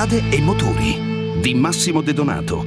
Strade e motori di Massimo De Donato.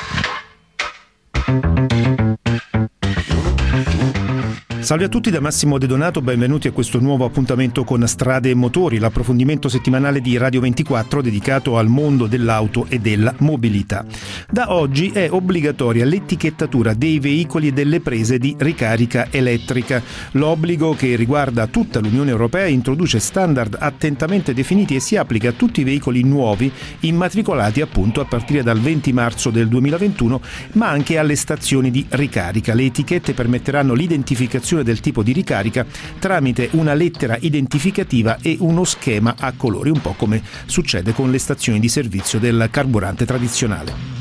Salve a tutti da Massimo De Donato, benvenuti a questo nuovo appuntamento con Strade e Motori, l'approfondimento settimanale di Radio 24 dedicato al mondo dell'auto e della mobilità. Da oggi è obbligatoria l'etichettatura dei veicoli e delle prese di ricarica elettrica. L'obbligo, che riguarda tutta l'Unione Europea, introduce standard attentamente definiti e si applica a tutti i veicoli nuovi immatricolati appunto a partire dal 20 marzo del 2021, ma anche alle stazioni di ricarica. Le etichette permetteranno l'identificazione del tipo di ricarica tramite una lettera identificativa e uno schema a colori, un po' come succede con le stazioni di servizio del carburante tradizionale.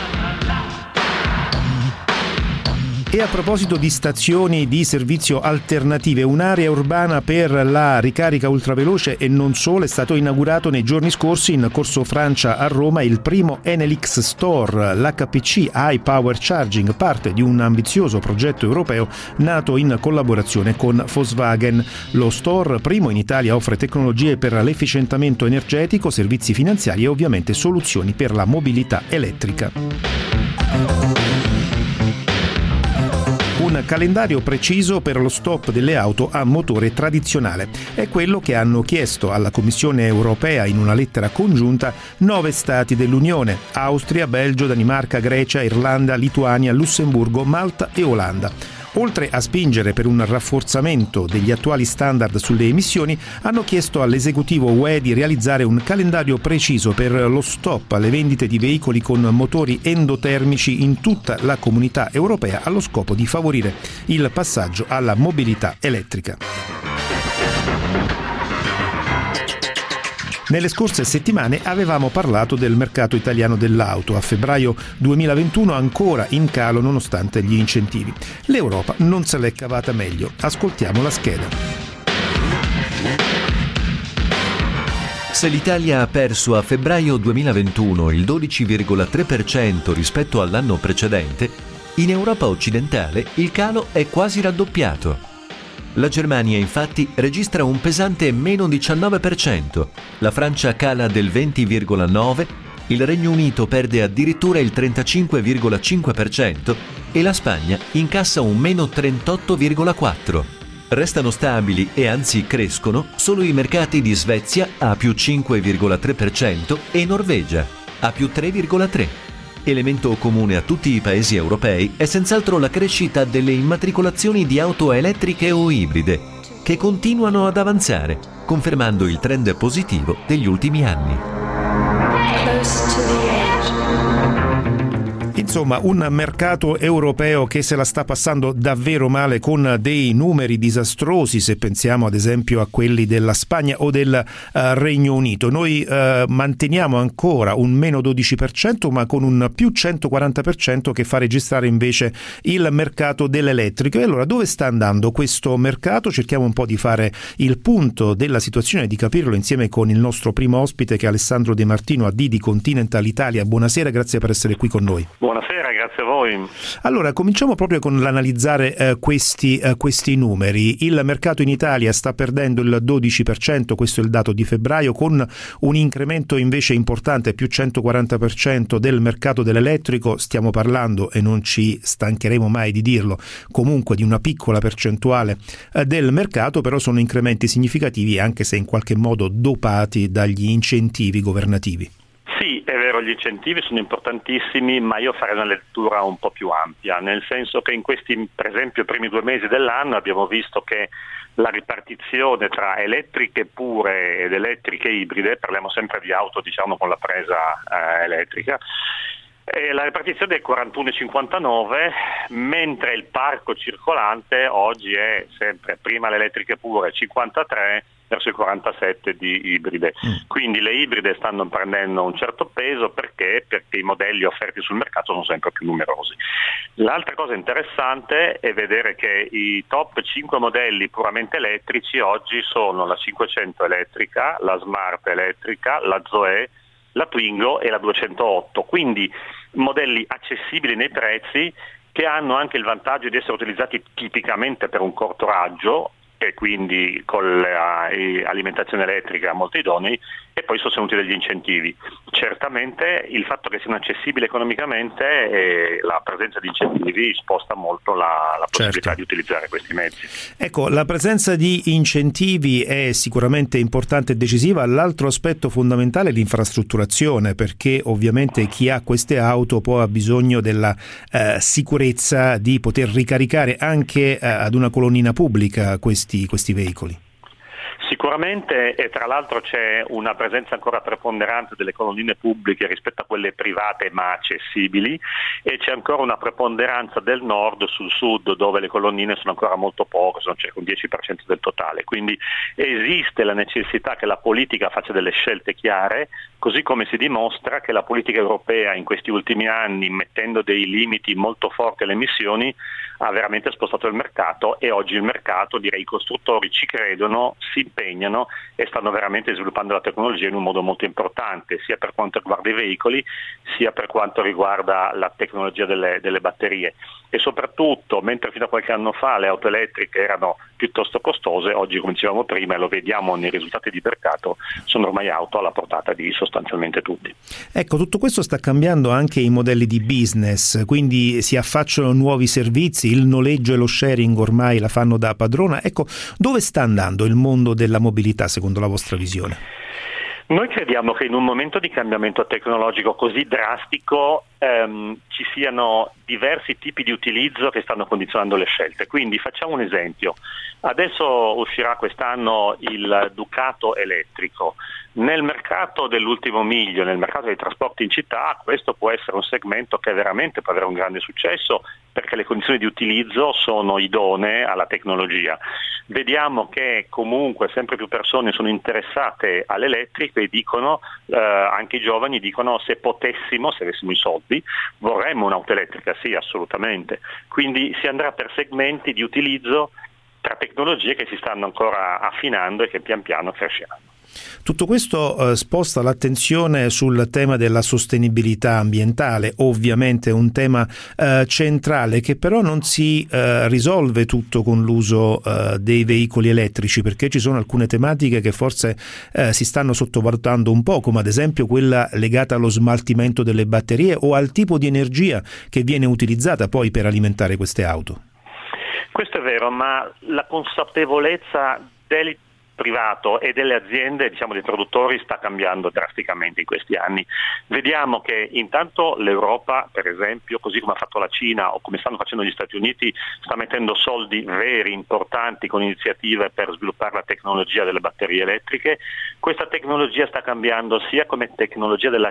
E a proposito di stazioni di servizio alternative, un'area urbana per la ricarica ultraveloce e non solo è stato inaugurato nei giorni scorsi in Corso Francia a Roma il primo Enel-X Store. L'HPC High Power Charging, parte di un ambizioso progetto europeo nato in collaborazione con Volkswagen. Lo store, primo in Italia, offre tecnologie per l'efficientamento energetico, servizi finanziari e ovviamente soluzioni per la mobilità elettrica. Un calendario preciso per lo stop delle auto a motore tradizionale. È quello che hanno chiesto alla Commissione europea in una lettera congiunta 9 stati dell'Unione: Austria, Belgio, Danimarca, Grecia, Irlanda, Lituania, Lussemburgo, Malta e Olanda. Oltre a spingere per un rafforzamento degli attuali standard sulle emissioni, hanno chiesto all'esecutivo UE di realizzare un calendario preciso per lo stop alle vendite di veicoli con motori endotermici in tutta la comunità europea, allo scopo di favorire il passaggio alla mobilità elettrica. Nelle scorse settimane avevamo parlato del mercato italiano dell'auto, a febbraio 2021 ancora in calo nonostante gli incentivi. L'Europa non se l'è cavata meglio. Ascoltiamo la scheda. Se l'Italia ha perso a febbraio 2021 il 12,3% rispetto all'anno precedente, in Europa occidentale il calo è quasi raddoppiato. La Germania infatti registra un pesante meno 19%, la Francia cala del 20,9%, il Regno Unito perde addirittura il 35,5% e la Spagna incassa un meno 38,4%. Restano stabili e anzi crescono solo i mercati di Svezia a più 5,3% e Norvegia a più 3,3%. Elemento comune a tutti i paesi europei è senz'altro la crescita delle immatricolazioni di auto elettriche o ibride, che continuano ad avanzare, confermando il trend positivo degli ultimi anni. Insomma, un mercato europeo che se la sta passando davvero male, con dei numeri disastrosi se pensiamo ad esempio a quelli della Spagna o del Regno Unito. Noi manteniamo ancora un meno 12%, ma con un più 140% che fa registrare invece il mercato dell'elettrico. E allora dove sta andando questo mercato? Cerchiamo un po' di fare il punto della situazione e di capirlo insieme con il nostro primo ospite, che è Alessandro De Martino, AD di Continental Italia. Buonasera, grazie per essere qui con noi. Buonasera, grazie a voi. Allora, cominciamo proprio con l'analizzare questi numeri. Il mercato in Italia sta perdendo il 12%, questo è il dato di febbraio, con un incremento invece importante, più 140% del mercato dell'elettrico. Stiamo parlando, e non ci stancheremo mai di dirlo, comunque di una piccola percentuale del mercato, però sono incrementi significativi, anche se in qualche modo dopati dagli incentivi governativi. Sì, è vero, gli incentivi sono importantissimi, ma io farei una lettura un po' più ampia, nel senso che in questi, per esempio, primi 2 mesi dell'anno abbiamo visto che la ripartizione tra elettriche pure ed elettriche ibride, parliamo sempre di auto diciamo con la presa elettrica, la ripartizione è 41,59, mentre il parco circolante oggi è sempre, prima le elettriche pure 53 verso i 47 di ibride. Quindi le ibride stanno prendendo un certo peso perché i modelli offerti sul mercato sono sempre più numerosi. L'altra cosa interessante è vedere che i top 5 modelli puramente elettrici oggi sono la 500 elettrica, la Smart elettrica, la Zoe, la Twingo e la 208, quindi modelli accessibili nei prezzi, che hanno anche il vantaggio di essere utilizzati tipicamente per un corto raggio e quindi con l'alimentazione elettrica molto idonei, e poi sostenuti degli incentivi. Certamente il fatto che siano accessibili economicamente e la presenza di incentivi sposta molto la possibilità di utilizzare questi mezzi. Ecco, la presenza di incentivi è sicuramente importante e decisiva. L'altro aspetto fondamentale è l'infrastrutturazione, perché ovviamente chi ha queste auto poi ha bisogno della sicurezza di poter ricaricare anche ad una colonnina pubblica questi veicoli. Sicuramente, e tra l'altro c'è una presenza ancora preponderante delle colonnine pubbliche rispetto a quelle private ma accessibili, e c'è ancora una preponderanza del nord sul sud, dove le colonnine sono ancora molto poche, sono circa un 10% del totale, quindi esiste la necessità che la politica faccia delle scelte chiare, così come si dimostra che la politica europea in questi ultimi anni, mettendo dei limiti molto forti alle emissioni, ha veramente spostato il mercato, e oggi il mercato, direi i costruttori, ci credono, si impegnano e stanno veramente sviluppando la tecnologia in un modo molto importante, sia per quanto riguarda i veicoli, sia per quanto riguarda la tecnologia delle batterie. E soprattutto, mentre fino a qualche anno fa le auto elettriche erano piuttosto costose, oggi, come dicevamo prima, e lo vediamo nei risultati di mercato, sono ormai auto alla portata di sostanzialmente tutti. Ecco, tutto questo sta cambiando anche i modelli di business, quindi si affacciano nuovi servizi, il noleggio e lo sharing ormai la fanno da padrona. Ecco, dove sta andando il mondo della mobilità secondo la vostra visione? Noi crediamo che in un momento di cambiamento tecnologico così drastico ci siano diversi tipi di utilizzo che stanno condizionando le scelte. Quindi facciamo un esempio. Adesso uscirà quest'anno il Ducato elettrico. Nel mercato dell'ultimo miglio, nel mercato dei trasporti in città, questo può essere un segmento che veramente può avere un grande successo, perché le condizioni di utilizzo sono idonee alla tecnologia. Vediamo che comunque sempre più persone sono interessate all'elettrico e dicono, anche i giovani dicono, se potessimo, se avessimo i soldi, vorremmo un'auto elettrica, sì, assolutamente. Quindi si andrà per segmenti di utilizzo tra tecnologie che si stanno ancora affinando e che pian piano cresceranno. Tutto questo sposta l'attenzione sul tema della sostenibilità ambientale, ovviamente un tema centrale, che però non si risolve tutto con l'uso dei veicoli elettrici, perché ci sono alcune tematiche che forse si stanno sottovalutando un po', come ad esempio quella legata allo smaltimento delle batterie o al tipo di energia che viene utilizzata poi per alimentare queste auto. Questo è vero, ma la consapevolezza del privato e delle aziende, diciamo dei produttori, sta cambiando drasticamente in questi anni. Vediamo che intanto l'Europa, per esempio, così come ha fatto la Cina o come stanno facendo gli Stati Uniti, sta mettendo soldi veri, importanti, con iniziative per sviluppare la tecnologia delle batterie elettriche. Questa tecnologia sta cambiando sia come tecnologia della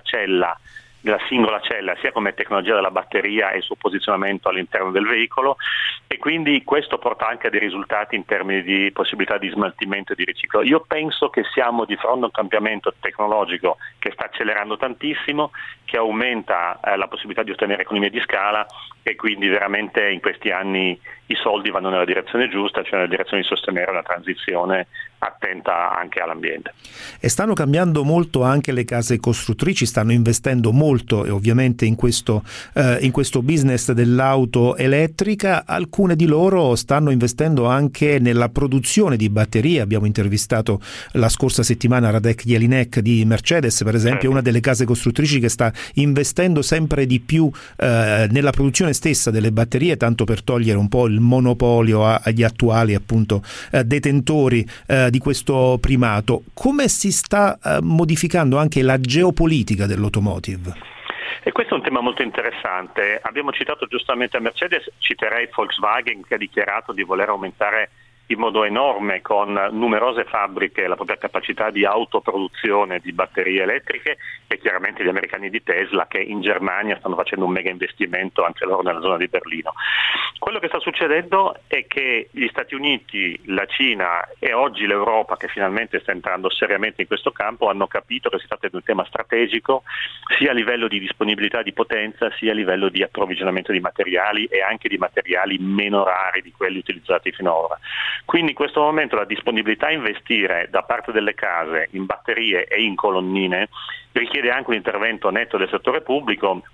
singola cella, sia come tecnologia della batteria e il suo posizionamento all'interno del veicolo, e quindi questo porta anche a dei risultati in termini di possibilità di smaltimento e di riciclo. Io penso che siamo di fronte a un cambiamento tecnologico che sta accelerando tantissimo, che aumenta la possibilità di ottenere economie di scala, e quindi veramente in questi anni i soldi vanno nella direzione giusta, cioè nella direzione di sostenere una transizione attenta anche all'ambiente. E stanno cambiando molto anche le case costruttrici, stanno investendo molto, e ovviamente in questo business dell'auto elettrica. Alcune di loro stanno investendo anche nella produzione di batterie. Abbiamo intervistato la scorsa settimana Radek Jelinek di Mercedes, per esempio, una delle case costruttrici che sta investendo sempre di più nella produzione stessa delle batterie, tanto per togliere un po' il monopolio agli attuali appunto detentori di questo primato. Come si sta modificando anche la geopolitica dell'automotive? E questo è un tema molto interessante. Abbiamo citato giustamente Mercedes, citerei Volkswagen, che ha dichiarato di voler aumentare in modo enorme con numerose fabbriche la propria capacità di autoproduzione di batterie elettriche, e chiaramente gli americani di Tesla, che in Germania stanno facendo un mega investimento anche loro nella zona di Berlino. Quello che sta succedendo è che gli Stati Uniti, la Cina e oggi l'Europa, che finalmente sta entrando seriamente in questo campo, hanno capito che si tratta di un tema strategico sia a livello di disponibilità di potenza, sia a livello di approvvigionamento di materiali, e anche di materiali meno rari di quelli utilizzati finora. Quindi in questo momento la disponibilità a investire da parte delle case in batterie e in colonnine richiede anche un intervento netto del settore pubblico,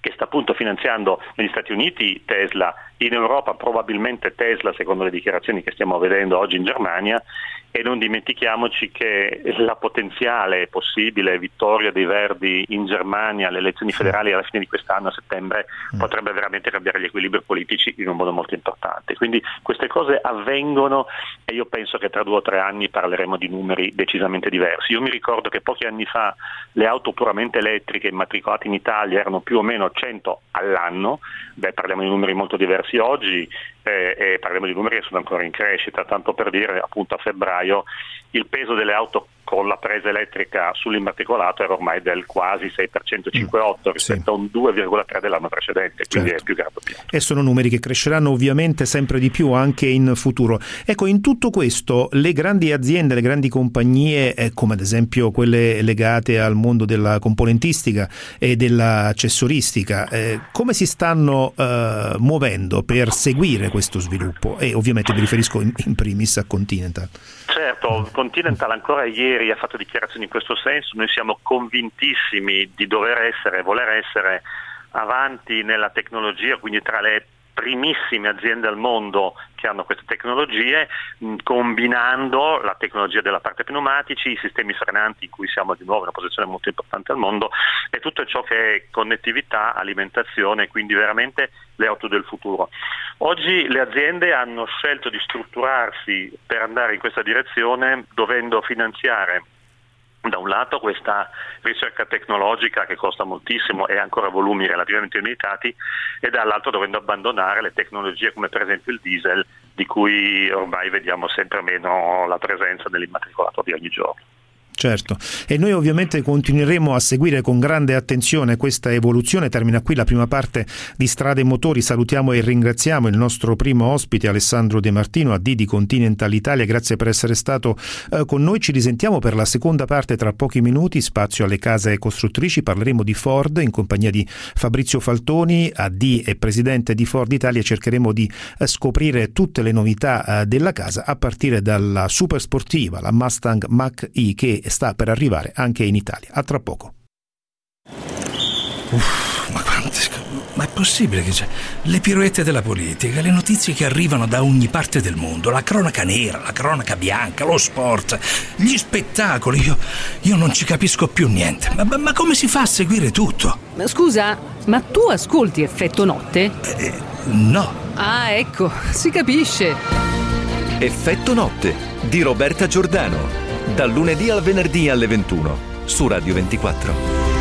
che sta appunto finanziando negli Stati Uniti Tesla, in Europa probabilmente Tesla, secondo le dichiarazioni che stiamo vedendo oggi in Germania, e non dimentichiamoci che la potenziale possibile vittoria dei Verdi in Germania alle elezioni federali alla fine di quest'anno, a settembre, potrebbe veramente cambiare gli equilibri politici in un modo molto importante. Quindi queste cose avvengono e io penso che tra 2 o 3 anni parleremo di numeri decisamente diversi. Io mi ricordo che pochi anni fa le auto puramente elettriche immatricolate in Italia erano più o meno 100 all'anno, parliamo di numeri molto diversi oggi, e parliamo di numeri che sono ancora in crescita, tanto per dire, appunto a febbraio il peso delle auto con la presa elettrica sull'immatricolato era ormai del quasi 6%, 5,8 rispetto a un 2,3 dell'anno precedente, quindi certo, è più che raddoppiato. E sono numeri che cresceranno ovviamente sempre di più anche in futuro. Ecco, in tutto questo le grandi aziende, le grandi compagnie, come ad esempio quelle legate al mondo della componentistica e dell'accessoristica, come si stanno muovendo per seguire questo sviluppo? E ovviamente mi riferisco in primis a Continental. Certo, Continental ancora ieri ha fatto dichiarazioni in questo senso. Noi siamo convintissimi di voler essere avanti nella tecnologia, quindi tra le primissime aziende al mondo che hanno queste tecnologie, combinando la tecnologia della parte pneumatici, i sistemi frenanti in cui siamo di nuovo in una posizione molto importante al mondo, e tutto ciò che è connettività, alimentazione, quindi veramente le auto del futuro. Oggi le aziende hanno scelto di strutturarsi per andare in questa direzione, dovendo finanziare da un lato questa ricerca tecnologica che costa moltissimo e ha ancora volumi relativamente limitati, e dall'altro dovendo abbandonare le tecnologie come per esempio il diesel, di cui ormai vediamo sempre meno la presenza nell'immatricolato di ogni giorno. Certo, e noi ovviamente continueremo a seguire con grande attenzione questa evoluzione. Termina qui la prima parte di Strade e Motori. Salutiamo e ringraziamo il nostro primo ospite Alessandro De Martino, AD di Continental Italia. Grazie per essere stato con noi. Ci risentiamo per la seconda parte tra pochi minuti, spazio alle case costruttrici. Parleremo di Ford in compagnia di Fabrizio Faltoni, AD e presidente di Ford Italia. Cercheremo di scoprire tutte le novità della casa, a partire dalla super sportiva, la Mustang Mach-E, che sta per arrivare anche in Italia. A tra poco. Ma è possibile che c'è? Le piroette della politica, le notizie che arrivano da ogni parte del mondo, la cronaca nera, la cronaca bianca, lo sport, gli spettacoli, io non ci capisco più niente. Ma come si fa a seguire tutto? Scusa, ma tu ascolti Effetto Notte? No. Ah, ecco, si capisce. Effetto Notte di Roberta Giordano, dal lunedì al venerdì alle 21 su Radio 24.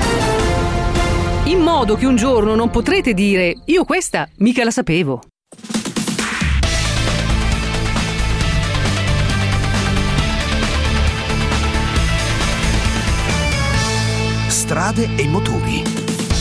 In modo che un giorno non potrete dire io questa mica la sapevo. Strade e Motori.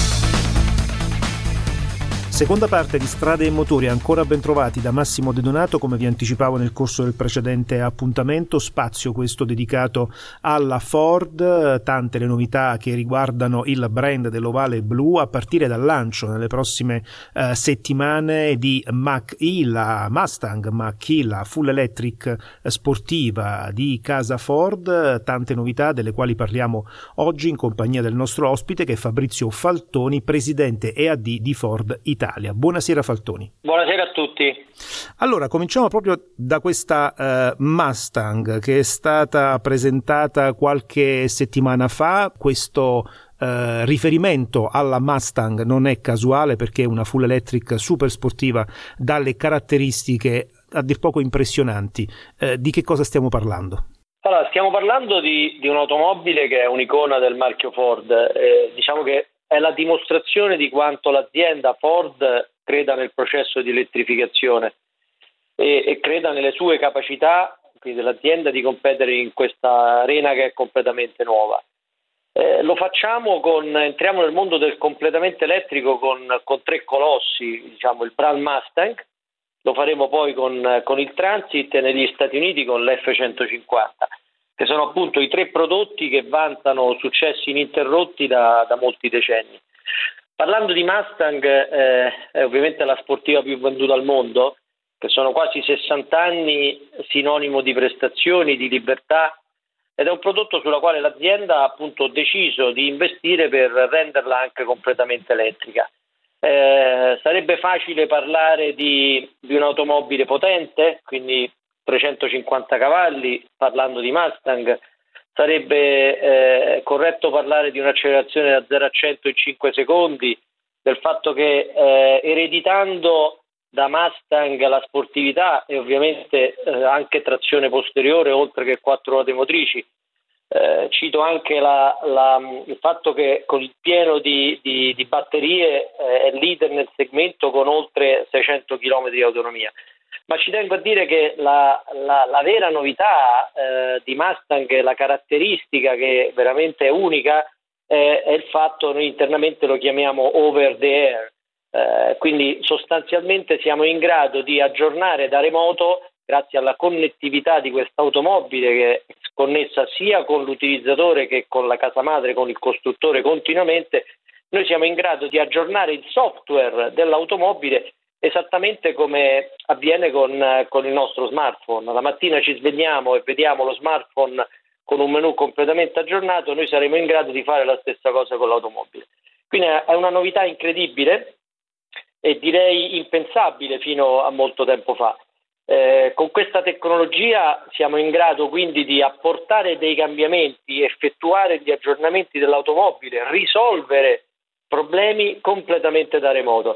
Seconda parte di Strade e Motori, ancora ben trovati da Massimo De Donato. Come vi anticipavo nel corso del precedente appuntamento, spazio questo dedicato alla Ford, tante le novità che riguardano il brand dell'ovale blu, a partire dal lancio nelle prossime settimane di Mach-E, la Mustang Mach-E, la full electric sportiva di casa Ford. Tante novità delle quali parliamo oggi in compagnia del nostro ospite, che è Fabrizio Faltoni, presidente e AD di Ford Italia. Buonasera Faltoni. Buonasera a tutti. Allora, cominciamo proprio da questa Mustang che è stata presentata qualche settimana fa. Questo riferimento alla Mustang non è casuale, perché è una full electric super sportiva dalle caratteristiche a dir poco impressionanti. Di che cosa stiamo parlando? Allora, stiamo parlando di un'automobile che è un'icona del marchio Ford. Diciamo che è la dimostrazione di quanto l'azienda Ford creda nel processo di elettrificazione e creda nelle sue capacità, quindi dell'azienda, di competere in questa arena che è completamente nuova. Lo facciamo entriamo nel mondo del completamente elettrico con 3 colossi, diciamo il brand Mustang, lo faremo poi con il Transit, e negli Stati Uniti con l'F-150. che sono appunto i 3 prodotti che vantano successi ininterrotti da molti decenni. Parlando di Mustang, è ovviamente la sportiva più venduta al mondo, che sono quasi 60 anni, sinonimo di prestazioni, di libertà, ed è un prodotto sulla quale l'azienda ha appunto deciso di investire per renderla anche completamente elettrica. Sarebbe facile parlare di un'automobile potente, quindi 350 cavalli, parlando di Mustang. Sarebbe corretto parlare di un'accelerazione da 0 a 100 in 5 secondi, del fatto che ereditando da Mustang la sportività e ovviamente anche trazione posteriore oltre che 4 ruote motrici. Cito anche il fatto che con il pieno di batterie è leader nel segmento con oltre 600 km di autonomia. Ma ci tengo a dire che la vera novità di Mustang, la caratteristica che veramente è unica, è il fatto, noi internamente lo chiamiamo over the air, quindi sostanzialmente siamo in grado di aggiornare da remoto, grazie alla connettività di questa automobile che è connessa sia con l'utilizzatore che con la casa madre, con il costruttore continuamente, noi siamo in grado di aggiornare il software dell'automobile esattamente come avviene con il nostro smartphone. La mattina ci svegliamo e vediamo lo smartphone con un menu completamente aggiornato, noi saremo in grado di fare la stessa cosa con l'automobile. Quindi è una novità incredibile e direi impensabile fino a molto tempo fa. Con questa tecnologia siamo in grado quindi di apportare dei cambiamenti, effettuare gli aggiornamenti dell'automobile, risolvere problemi completamente da remoto.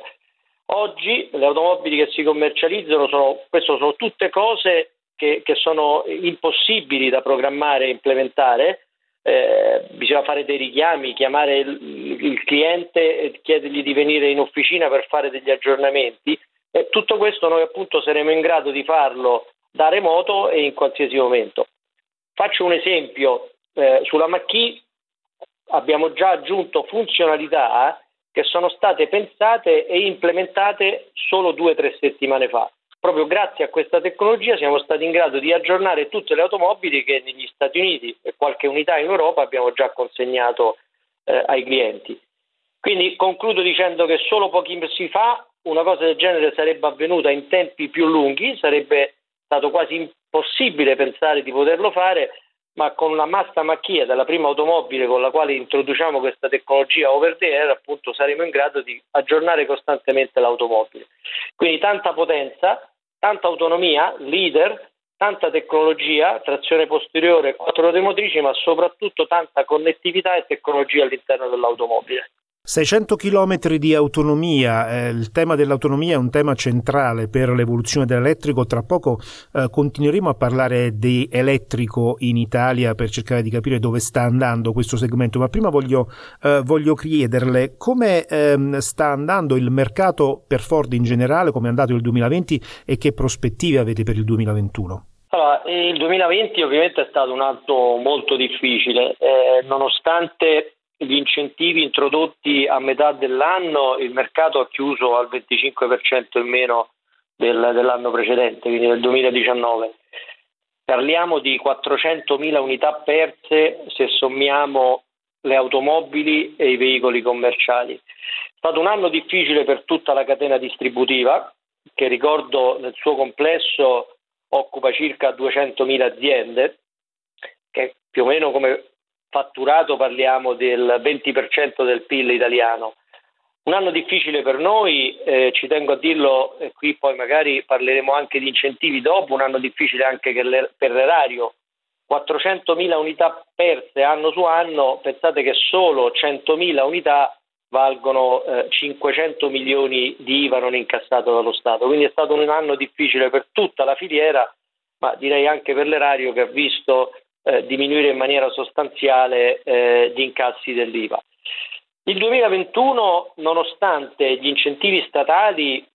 Oggi le automobili che si commercializzano sono tutte cose che sono impossibili da programmare e implementare. Bisogna fare dei richiami, chiamare il cliente e chiedergli di venire in officina per fare degli aggiornamenti. Tutto questo noi appunto saremo in grado di farlo da remoto e in qualsiasi momento. Faccio un esempio, sulla Mach-E abbiamo già aggiunto funzionalità che sono state pensate e implementate solo 2 o 3 settimane fa. Proprio grazie a questa tecnologia siamo stati in grado di aggiornare tutte le automobili che negli Stati Uniti e qualche unità in Europa abbiamo già consegnato ai clienti. Quindi concludo dicendo che solo pochi mesi fa una cosa del genere sarebbe avvenuta in tempi più lunghi, sarebbe stato quasi impossibile pensare di poterlo fare, ma con la Mustang Mach-E, della prima automobile con la quale introduciamo questa tecnologia over the air, appunto saremo in grado di aggiornare costantemente l'automobile. Quindi tanta potenza, tanta autonomia, leader, tanta tecnologia, trazione posteriore e 4 ruote motrici, ma soprattutto tanta connettività e tecnologia all'interno dell'automobile. 600 km di autonomia, il tema dell'autonomia è un tema centrale per l'evoluzione dell'elettrico. Tra poco continueremo a parlare di elettrico in Italia per cercare di capire dove sta andando questo segmento, ma prima voglio chiederle come sta andando il mercato per Ford in generale, come è andato il 2020 e che prospettive avete per il 2021. Allora, il 2020 ovviamente è stato un anno molto difficile, nonostante gli incentivi introdotti a metà dell'anno, il mercato ha chiuso al 25% in meno dell'anno precedente, quindi del 2019. Parliamo di 400.000 unità perse se sommiamo le automobili e i veicoli commerciali. È stato un anno difficile per tutta la catena distributiva, che ricordo nel suo complesso occupa circa 200.000 aziende, che più o meno come fatturato parliamo del 20% del PIL italiano. Un anno difficile per noi, ci tengo a dirlo, e qui poi magari parleremo anche di incentivi dopo, un anno difficile anche per l'erario. 400.000 unità perse anno su anno, pensate che solo 100.000 unità valgono 500 milioni di IVA non incassato dallo Stato, quindi è stato un anno difficile per tutta la filiera, ma direi anche per l'erario che ha visto diminuire in maniera sostanziale gli incassi dell'IVA. Il 2021, nonostante gli incentivi statali,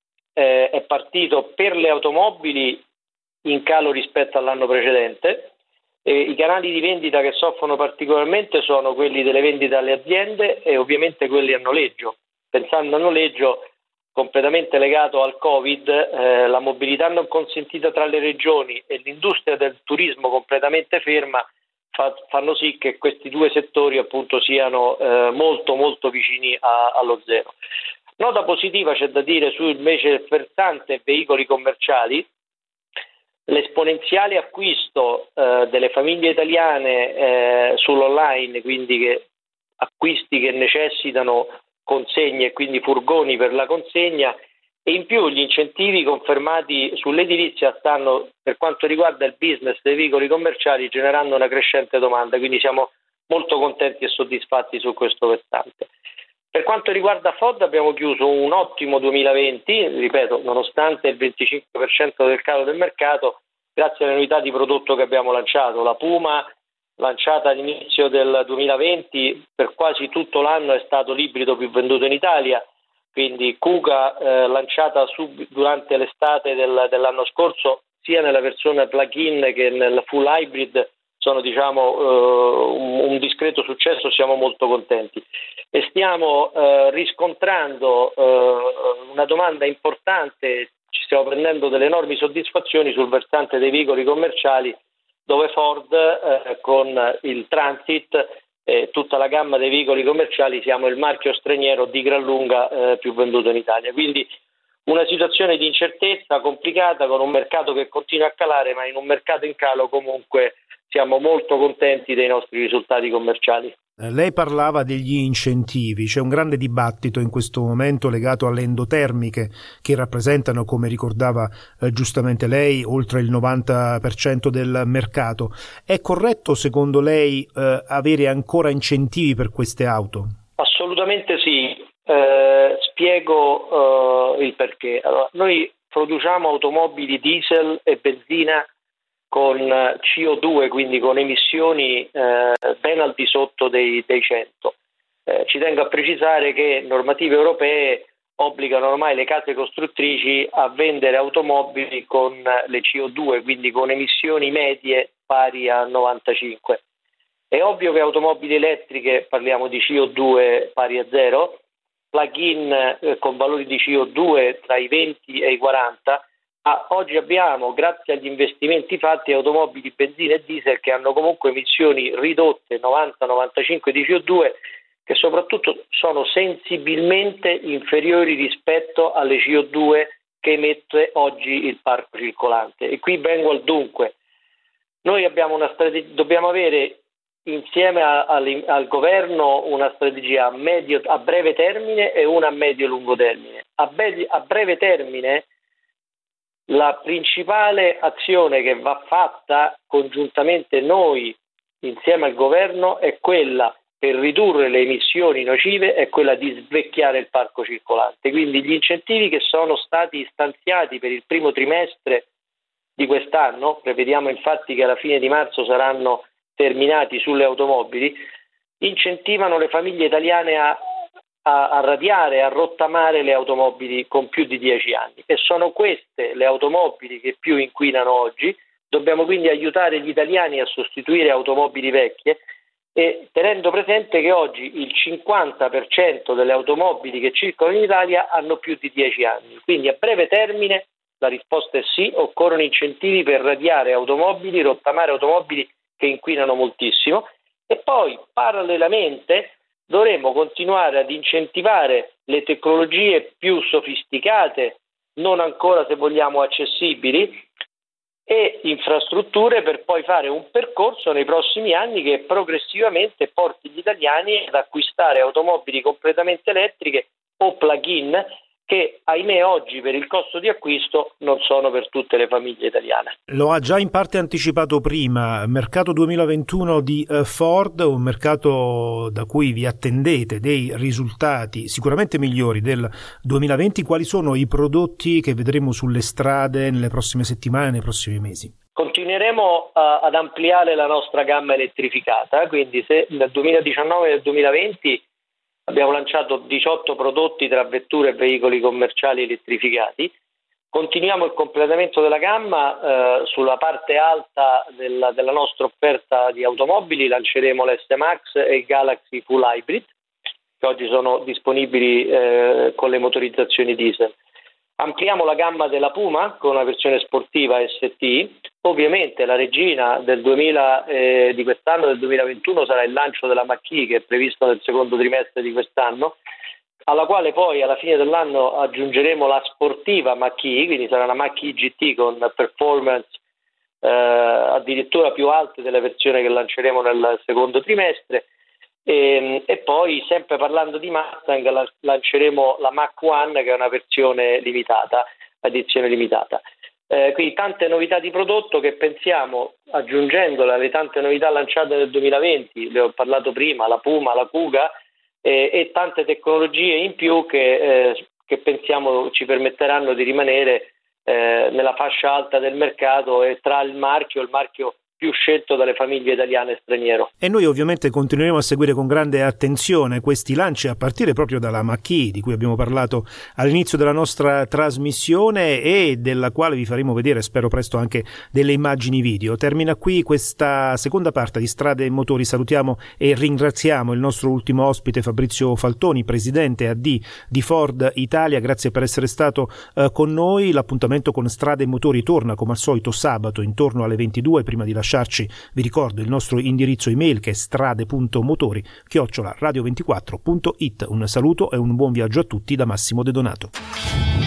è partito per le automobili in calo rispetto all'anno precedente. I canali di vendita che soffrono particolarmente sono quelli delle vendite alle aziende e ovviamente quelli a noleggio. Pensando a noleggio, completamente legato al Covid, la mobilità non consentita tra le regioni e l'industria del turismo completamente ferma fanno sì che questi due settori appunto siano molto molto vicini allo zero. Nota positiva c'è da dire su invece il versante veicoli commerciali. L'esponenziale acquisto delle famiglie italiane sull'online, quindi acquisti che necessitano consegne e quindi furgoni per la consegna, e in più gli incentivi confermati sull'edilizia stanno, per quanto riguarda il business dei veicoli commerciali, generando una crescente domanda, quindi siamo molto contenti e soddisfatti su questo versante. Per quanto riguarda Ford abbiamo chiuso un ottimo 2020, ripeto, nonostante il 25% del calo del mercato, grazie alle novità di prodotto che abbiamo lanciato. La Puma, lanciata all'inizio del 2020, per quasi tutto l'anno è stato l'ibrido più venduto in Italia, quindi Kuga, lanciata durante l'estate dell'anno scorso, sia nella versione plug-in che nel full hybrid, sono un discreto successo, siamo molto contenti e stiamo riscontrando una domanda importante, ci stiamo prendendo delle enormi soddisfazioni sul versante dei veicoli commerciali, dove Ford con il Transit e tutta la gamma dei veicoli commerciali siamo il marchio straniero di gran lunga più venduto in Italia, quindi una situazione di incertezza complicata con un mercato che continua a calare, ma in un mercato in calo comunque siamo molto contenti dei nostri risultati commerciali. Lei parlava degli incentivi, c'è un grande dibattito in questo momento legato alle endotermiche che rappresentano, come ricordava giustamente lei, oltre il 90% del mercato. È corretto secondo lei avere ancora incentivi per queste auto? Assolutamente sì, spiego il perché. Allora, noi produciamo automobili diesel e benzina con CO2, quindi con emissioni ben al di sotto dei 100. Ci tengo a precisare che normative europee obbligano ormai le case costruttrici a vendere automobili con le CO2, quindi con emissioni medie pari a 95. È ovvio che automobili elettriche parliamo di CO2 pari a 0, plug-in con valori di CO2 tra i 20 e i 40, oggi abbiamo, grazie agli investimenti fatti, automobili benzina e diesel che hanno comunque emissioni ridotte 90-95 di CO2, che soprattutto sono sensibilmente inferiori rispetto alle CO2 che emette oggi il parco circolante. E qui vengo al dunque. Noi abbiamo dobbiamo avere insieme al governo una strategia a breve termine e una a medio-lungo termine. A breve termine la principale azione che va fatta congiuntamente noi insieme al governo è quella, per ridurre le emissioni nocive, è quella di svecchiare il parco circolante. Quindi gli incentivi che sono stati stanziati per il primo trimestre di quest'anno, prevediamo infatti che alla fine di marzo saranno terminati sulle automobili, incentivano le famiglie italiane a radiare, a rottamare le automobili con più di 10 anni, e sono queste le automobili che più inquinano oggi. Dobbiamo quindi aiutare gli italiani a sostituire automobili vecchie, e tenendo presente che oggi il 50% delle automobili che circolano in Italia hanno più di 10 anni. Quindi a breve termine la risposta è sì, occorrono incentivi per radiare automobili, rottamare automobili che inquinano moltissimo, e poi parallelamente dovremmo continuare ad incentivare le tecnologie più sofisticate, non ancora, se vogliamo, accessibili, e infrastrutture, per poi fare un percorso nei prossimi anni che progressivamente porti gli italiani ad acquistare automobili completamente elettriche o plug-in, che ahimè oggi per il costo di acquisto non sono per tutte le famiglie italiane. Lo ha già in parte anticipato prima, mercato 2021 di Ford, un mercato da cui vi attendete dei risultati sicuramente migliori del 2020. Quali sono i prodotti che vedremo sulle strade nelle prossime settimane, nei prossimi mesi? Continueremo ad ampliare la nostra gamma elettrificata, quindi se nel 2019 e nel 2020 abbiamo lanciato 18 prodotti tra vetture e veicoli commerciali elettrificati. Continuiamo il completamento della gamma, sulla parte alta della nostra offerta di automobili lanceremo l'S Max e il Galaxy Full Hybrid, che oggi sono disponibili con le motorizzazioni diesel. Ampliamo la gamma della Puma con una versione sportiva ST. Ovviamente la regina di quest'anno, del 2021, sarà il lancio della Mach-E, che è previsto nel secondo trimestre di quest'anno, alla quale poi alla fine dell'anno aggiungeremo la sportiva Mach-E, quindi sarà una Mach-E GT con performance addirittura più alte della versione che lanceremo nel secondo trimestre. E poi, sempre parlando di Mustang, lanceremo la Mach 1, che è una versione limitata, edizione limitata. Quindi tante novità di prodotto che pensiamo, aggiungendole alle tante novità lanciate nel 2020, le ho parlato prima, la Puma, la Kuga, e tante tecnologie in più che pensiamo ci permetteranno di rimanere nella fascia alta del mercato e tra il marchio più scelto dalle famiglie italiane e straniero. E noi ovviamente continueremo a seguire con grande attenzione questi lanci, a partire proprio dalla Mach-E, di cui abbiamo parlato all'inizio della nostra trasmissione e della quale vi faremo vedere, spero presto, anche delle immagini video. Termina qui questa seconda parte di Strade e Motori. Salutiamo e ringraziamo il nostro ultimo ospite, Fabrizio Faltoni, presidente AD di Ford Italia. Grazie per essere stato con noi. L'appuntamento con Strade e Motori torna come al solito sabato intorno alle 22. Prima di lasciarci, vi ricordo il nostro indirizzo email, che è strade.motori@radio24.it. Un saluto e un buon viaggio a tutti da Massimo De Donato.